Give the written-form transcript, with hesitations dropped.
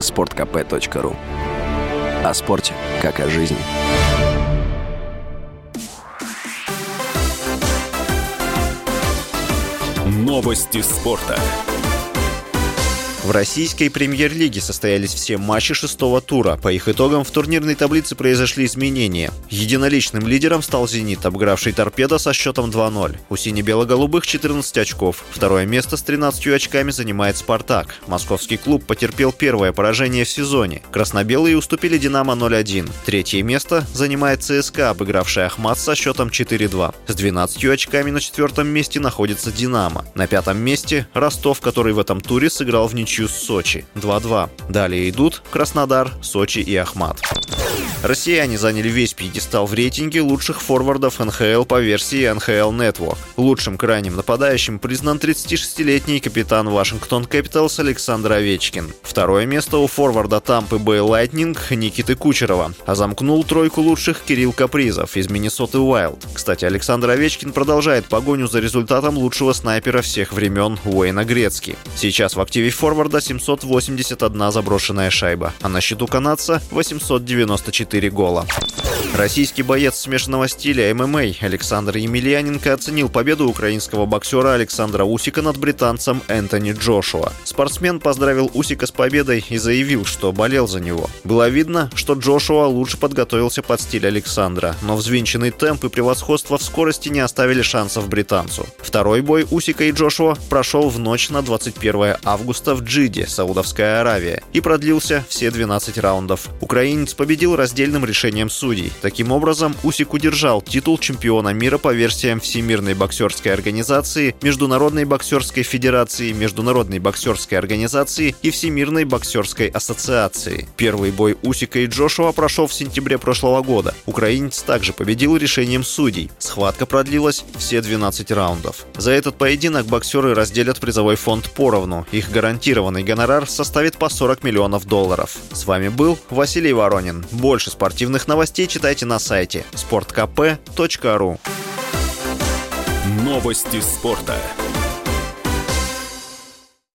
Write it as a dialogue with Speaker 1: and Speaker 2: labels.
Speaker 1: sportkp.ru. О спорте, как о жизни.
Speaker 2: Новости спорта.
Speaker 3: В российской премьер-лиге состоялись все матчи 6-го тура. По их итогам в турнирной таблице произошли изменения. Единоличным лидером стал «Зенит», обыгравший «Торпедо» со счетом 2-0. У сине-бело-голубых 14 очков. Второе место с 13 очками занимает «Спартак». Московский клуб потерпел первое поражение в сезоне. Красно-белые уступили «Динамо» 0-1. Третье место занимает ЦСКА, обыгравший «Ахмат» со счетом 4-2. С 12 очками на четвертом месте находится «Динамо». На пятом месте Ростов, который в этом туре сыграл в ничью с Сочи 2-2. Далее идут Краснодар, Сочи и Ахмат. Россияне заняли весь пьедестал в рейтинге лучших форвардов НХЛ по версии NHL Network. Лучшим крайним нападающим признан 36-летний капитан Вашингтон Кэпиталс Александр Овечкин. Второе место у форварда Тампы Бэй Лайтнинг Никиты Кучерова. А замкнул тройку лучших Кирилл Капризов из Миннесоты Уайлд. Кстати, Александр Овечкин продолжает погоню за результатом лучшего снайпера всех времен Уэйна Грецки. Сейчас в активе форварда 781 заброшенная шайба, а на счету канадца 894 гола. Российский боец смешанного стиля ММА Александр Емельяненко оценил победу украинского боксера Александра Усика над британцем Энтони Джошуа. Спортсмен поздравил Усика с победой и заявил, что болел за него. Было видно, что Джошуа лучше подготовился под стиль Александра, но взвинченный темп и превосходство в скорости не оставили шансов британцу. Второй бой Усика и Джошуа прошел в ночь на 21 августа в Джидде, Саудовская Аравия, и продлился все 12 раундов. Украинец победил раздельным решением судей. Таким образом, Усик удержал титул чемпиона мира по версиям Всемирной боксерской организации, Международной боксерской федерации, Международной боксерской организации и Всемирной боксерской ассоциации. Первый бой Усика и Джошуа прошел в сентябре прошлого года. Украинец также победил решением судей. Схватка продлилась все 12 раундов. За этот поединок боксеры разделят призовой фонд поровну. Их гарантированный гонорар составит по $40 миллионов. С вами был Василий Воронин. Больше спортивных новостей читайте на сайте sportkp.ru.
Speaker 2: Новости спорта.